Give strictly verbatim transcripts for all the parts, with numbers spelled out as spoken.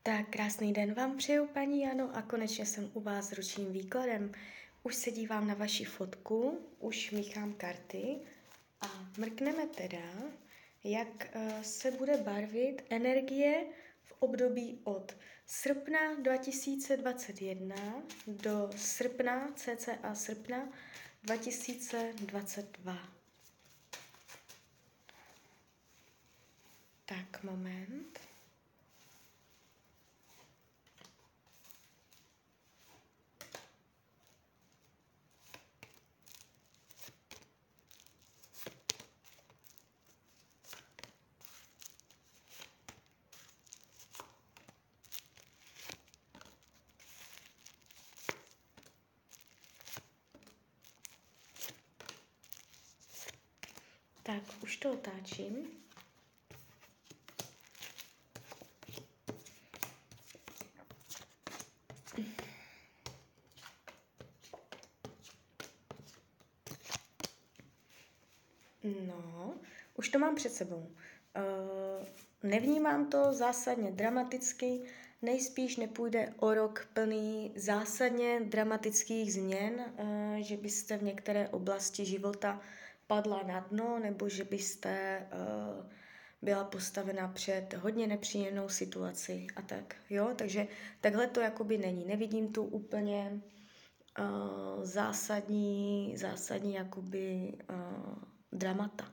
Tak krásný den vám přeju, paní Jano, a konečně jsem u vás s ročním výkladem. Už se dívám na vaši fotku, už míchám karty a mrkneme teda, jak uh, se bude barvit energie v období od srpna dva tisíce dvacet jedna do srpna, cca srpna dva tisíce dvacet dva. Tak, moment. Tak, už to otáčím. No, už to mám před sebou. Uh, nevnímám to zásadně dramaticky, nejspíš nepůjde o rok plný zásadně dramatických změn, uh, že byste v některé oblasti života padla na dno, nebo že byste uh, byla postavena před hodně nepříjemnou situaci a tak, jo, takže takhle to jakoby není. Nevidím tu úplně uh, zásadní, zásadní jakoby uh, dramata.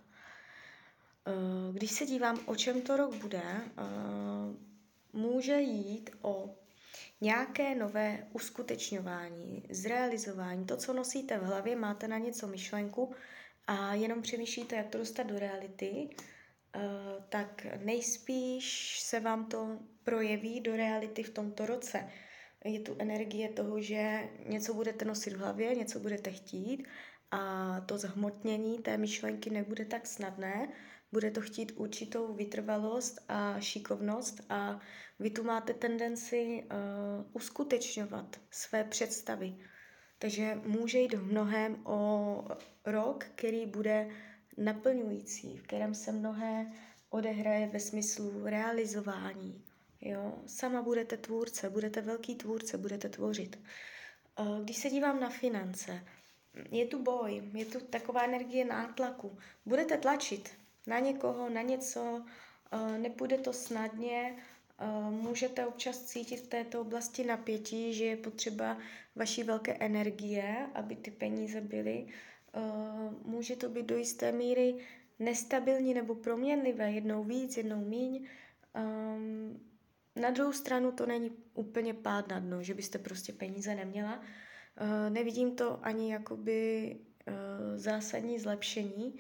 Uh, když se dívám, o čem to rok bude, uh, může jít o nějaké nové uskutečňování, zrealizování. To, co nosíte v hlavě, máte na něco myšlenku a jenom přemýšlíte, jak to dostat do reality, uh, tak nejspíš se vám to projeví do reality v tomto roce. Je tu energie toho, že něco budete nosit v hlavě, něco budete chtít a to zhmotnění té myšlenky nebude tak snadné, bude to chtít určitou vytrvalost a šikovnost a vy tu máte tendenci uh, uskutečňovat své představy. Takže může jít v mnohém o rok, který bude naplňující, v kterém se mnohé odehraje ve smyslu realizování. Jo? Sama budete tvůrce, budete velký tvůrce, budete tvořit. Když se dívám na finance, je tu boj, je tu taková energie nátlaku. Budete tlačit na někoho, na něco, nepůjde to snadně, můžete občas cítit v této oblasti napětí, že je potřeba vaší velké energie, aby ty peníze byly. Může to být do jisté míry nestabilní nebo proměnlivé, jednou víc, jednou míň. Na druhou stranu to není úplně pád na dno, že byste prostě peníze neměla. Nevidím to ani jakoby zásadní zlepšení.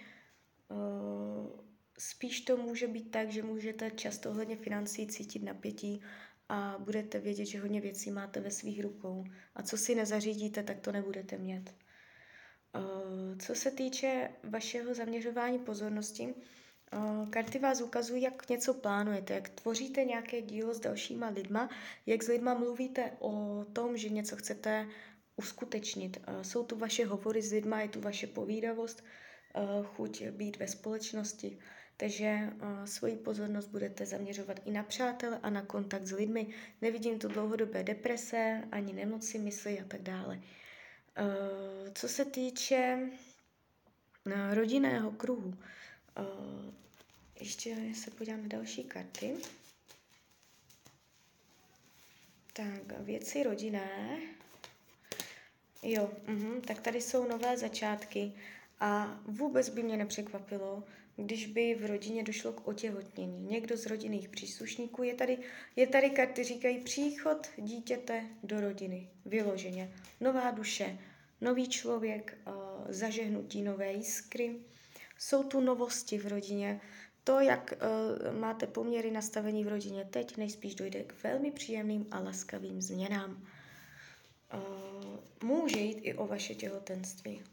Spíš to může být tak, že můžete často ohledně financí cítit napětí a budete vědět, že hodně věcí máte ve svých rukou. A co si nezařídíte, tak to nebudete mít. Co se týče vašeho zaměřování pozornosti, karty vás ukazují, jak něco plánujete, jak tvoříte nějaké dílo s dalšíma lidma, jak s lidma mluvíte o tom, že něco chcete uskutečnit. Jsou tu vaše hovory s lidma, je tu vaše povídavost, chuť být ve společnosti. Takže uh, svoji pozornost budete zaměřovat i na přátele a na kontakt s lidmi. Nevidím tu dlouhodobé deprese, ani nemoci mysli a tak dále. Uh, co se týče uh, rodinného kruhu, uh, ještě se podívám na další karty. Tak, věci rodinné. Jo, uh-huh, tak tady jsou nové začátky a vůbec by mě nepřekvapilo, když by v rodině došlo k otěhotnění. Někdo z rodinných příslušníků, je tady, je tady karty, říkají příchod dítěte do rodiny, vyloženě. Nová duše, nový člověk, uh, zažehnutí nové jiskry. Jsou tu novosti v rodině. To, jak uh, máte poměry nastavení v rodině teď, nejspíš dojde k velmi příjemným a laskavým změnám. Uh, může jít i o vaše těhotenství.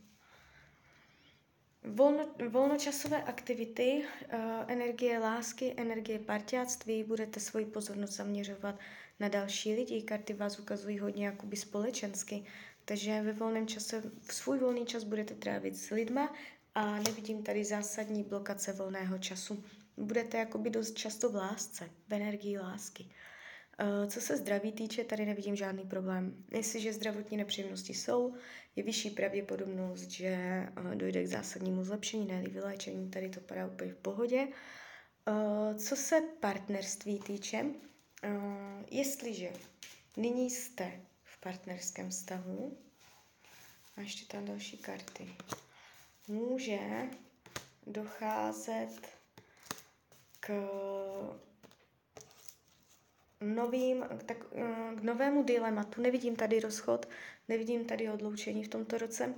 Volno, volnočasové aktivity, uh, energie lásky, energie parťáctví, budete svoji pozornost zaměřovat na další lidi. Karty vás ukazují hodně jakoby společensky, takže ve volném čase, v svůj volný čas budete trávit s lidma a nevidím tady zásadní blokace volného času. Budete jakoby dost často v lásce, v energii lásky. Co se zdraví týče, tady nevidím žádný problém. Jestliže zdravotní nepříjemnosti jsou, je vyšší pravděpodobnost, že dojde k zásadnímu zlepšení, ne vyléčení, tady to padá úplně v pohodě. Co se partnerství týče, jestliže nyní jste v partnerském vztahu, a ještě tam další karty, může docházet k novým, tak, k novému dilematu. Nevidím tady rozchod, nevidím tady odloučení v tomto roce.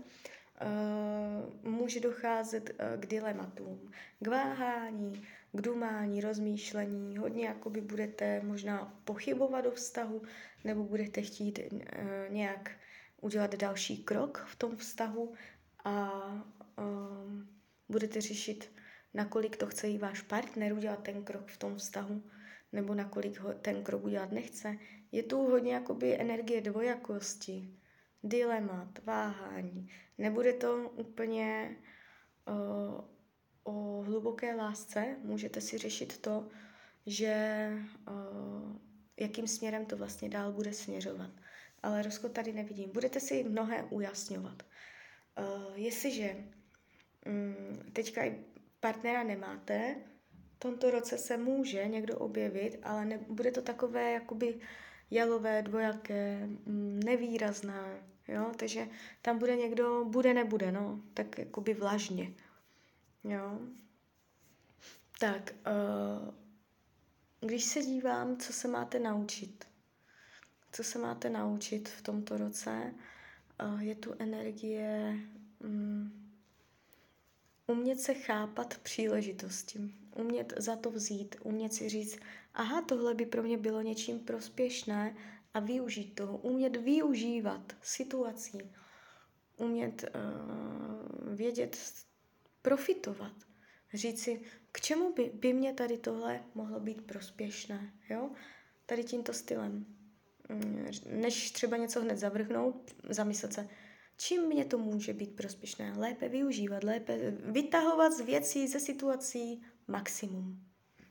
Může docházet k dilematům, k váhání, k dumání, rozmýšlení. Hodně jakoby budete možná pochybovat o vztahu, nebo budete chtít nějak udělat další krok v tom vztahu a um, budete řešit, nakolik to chce i váš partner udělat ten krok v tom vztahu, nebo nakolik ho ten krok udělat nechce. Je tu hodně jakoby energie dvojakosti, dilemat, váhání. Nebude to úplně uh, o hluboké lásce, můžete si řešit to, že uh, jakým směrem to vlastně dál bude směřovat. Ale rozchod tady nevidím. Budete si mnohé ujasňovat. Uh, jestliže um, teďka i partnera nemáte, v tomto roce se může někdo objevit, ale ne, bude to takové jakoby jalové, dvojaké, nevýrazné, jo, takže tam bude někdo, bude, nebude, no, tak jakoby vlažně, jo. Tak, uh, když se dívám, co se máte naučit, co se máte naučit v tomto roce, uh, je tu energie um, umět se chápat příležitosti, umět za to vzít, umět si říct, aha, tohle by pro mě bylo něčím prospěšné a využít toho, umět využívat situací, umět uh, vědět, profitovat, říct si, k čemu by, by mě tady tohle mohlo být prospěšné, jo, tady tímto stylem. Než třeba něco hned zavrhnout, zamyslet se, čím mě to může být prospěšné, lépe využívat, lépe vytahovat z věcí, ze situací maximum.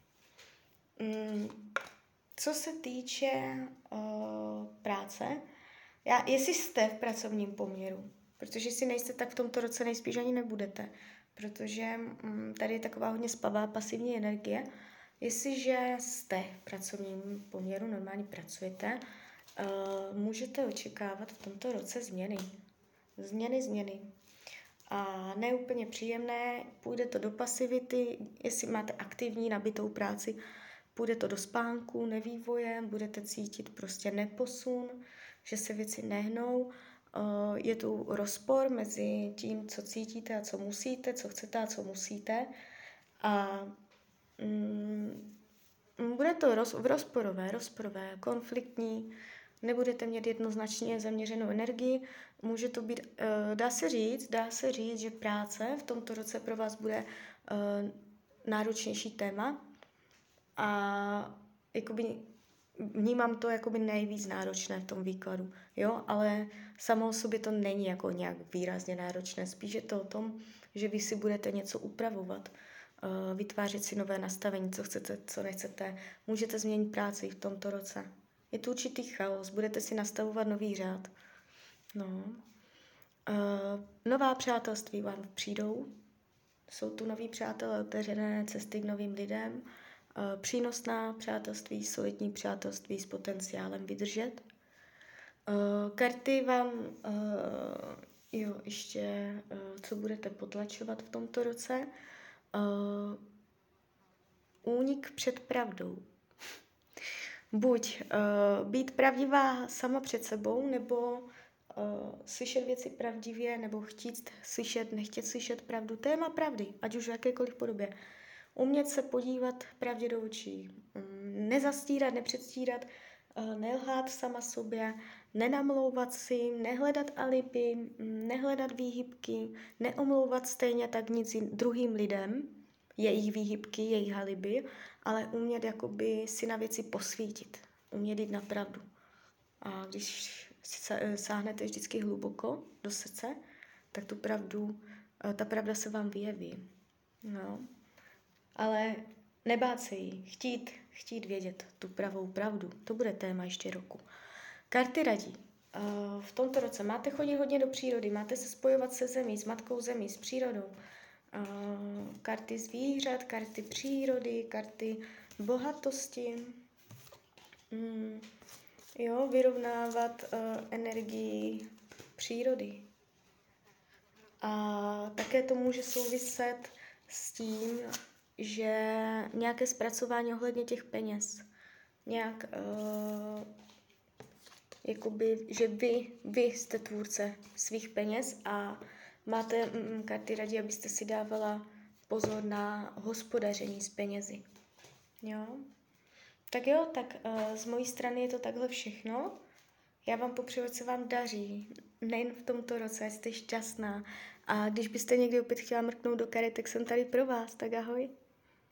Co se týče uh, práce, já, jestli jste v pracovním poměru, protože si nejste, tak v tomto roce nejspíš ani nebudete, protože um, tady je taková hodně spavá pasivní energie. Jestliže jste v pracovním poměru, normálně pracujete, uh, můžete očekávat v tomto roce změny. Změny, změny. A ne úplně příjemné, půjde to do pasivity, jestli máte aktivní, nabitou práci, půjde to do spánku, nevývoje, budete cítit prostě neposun, že se věci nehnou. Je tu rozpor mezi tím, co cítíte a co musíte, co chcete a co musíte. A mm, bude to roz, rozporové, rozporové, konfliktní, nebudete mít jednoznačně zaměřenou energii, může to být, dá se říct, dá se říct, že práce v tomto roce pro vás bude náročnější téma a jakoby vnímám to jakoby nejvíc náročné v tom výkladu, jo, ale samo o sobě to není jako nějak výrazně náročné, spíš je to o tom, že vy si budete něco upravovat, vytvářet si nové nastavení, co chcete, co nechcete, můžete změnit práci v tomto roce. Je tu určitý chaos, budete si nastavovat nový řád. No. Uh, nová přátelství vám přijdou, jsou tu noví přátelé, otevřené cesty k novým lidem, uh, přínosná přátelství, solidní přátelství s potenciálem vydržet. Uh, karty vám, uh, jo, ještě, uh, co budete potlačovat v tomto roce, uh, únik před pravdou. Buď uh, být pravdivá sama před sebou, nebo uh, slyšet věci pravdivě, nebo chtít slyšet, nechtět slyšet pravdu. Téma pravdy, ať už v jakékoliv podobě. Umět se podívat pravdě do očí. Um, nezastírat, nepředstírat, uh, nelhát sama sobě, nenamlouvat si, nehledat alibi, um, nehledat výhybky, neomlouvat stejně tak nic druhým lidem, jejich výhybky, jejich alibi, ale umět jakoby si na věci posvítit, umět jít na pravdu. A když sáhnete vždycky hluboko do srdce, tak tu pravdu, ta pravda se vám vyjeví. No. Ale nebát se jí, chtít, chtít vědět tu pravou pravdu. To bude téma ještě roku. Karty radí. Uh, v tomto roce máte chodit hodně do přírody, máte se spojovat se zemí, s matkou zemí, s přírodou. Uh, karty zvířat, karty přírody, karty bohatosti. Mm, jo, vyrovnávat uh, energii přírody. A také to může souviset s tím, že nějaké zpracování ohledně těch peněz. Nějak, uh, jakoby, že vy, vy jste tvůrce svých peněz a máte mm, karty radí, abyste si dávala pozor na hospodaření s penězi. Jo? Tak jo, tak uh, z mojí strany je to takhle všechno. Já vám popřeju, ať se vám daří, nejen v tomto roce, ať jste šťastná. A když byste někdy opět chtěla mrknout do karet, tak jsem tady pro vás, tak ahoj.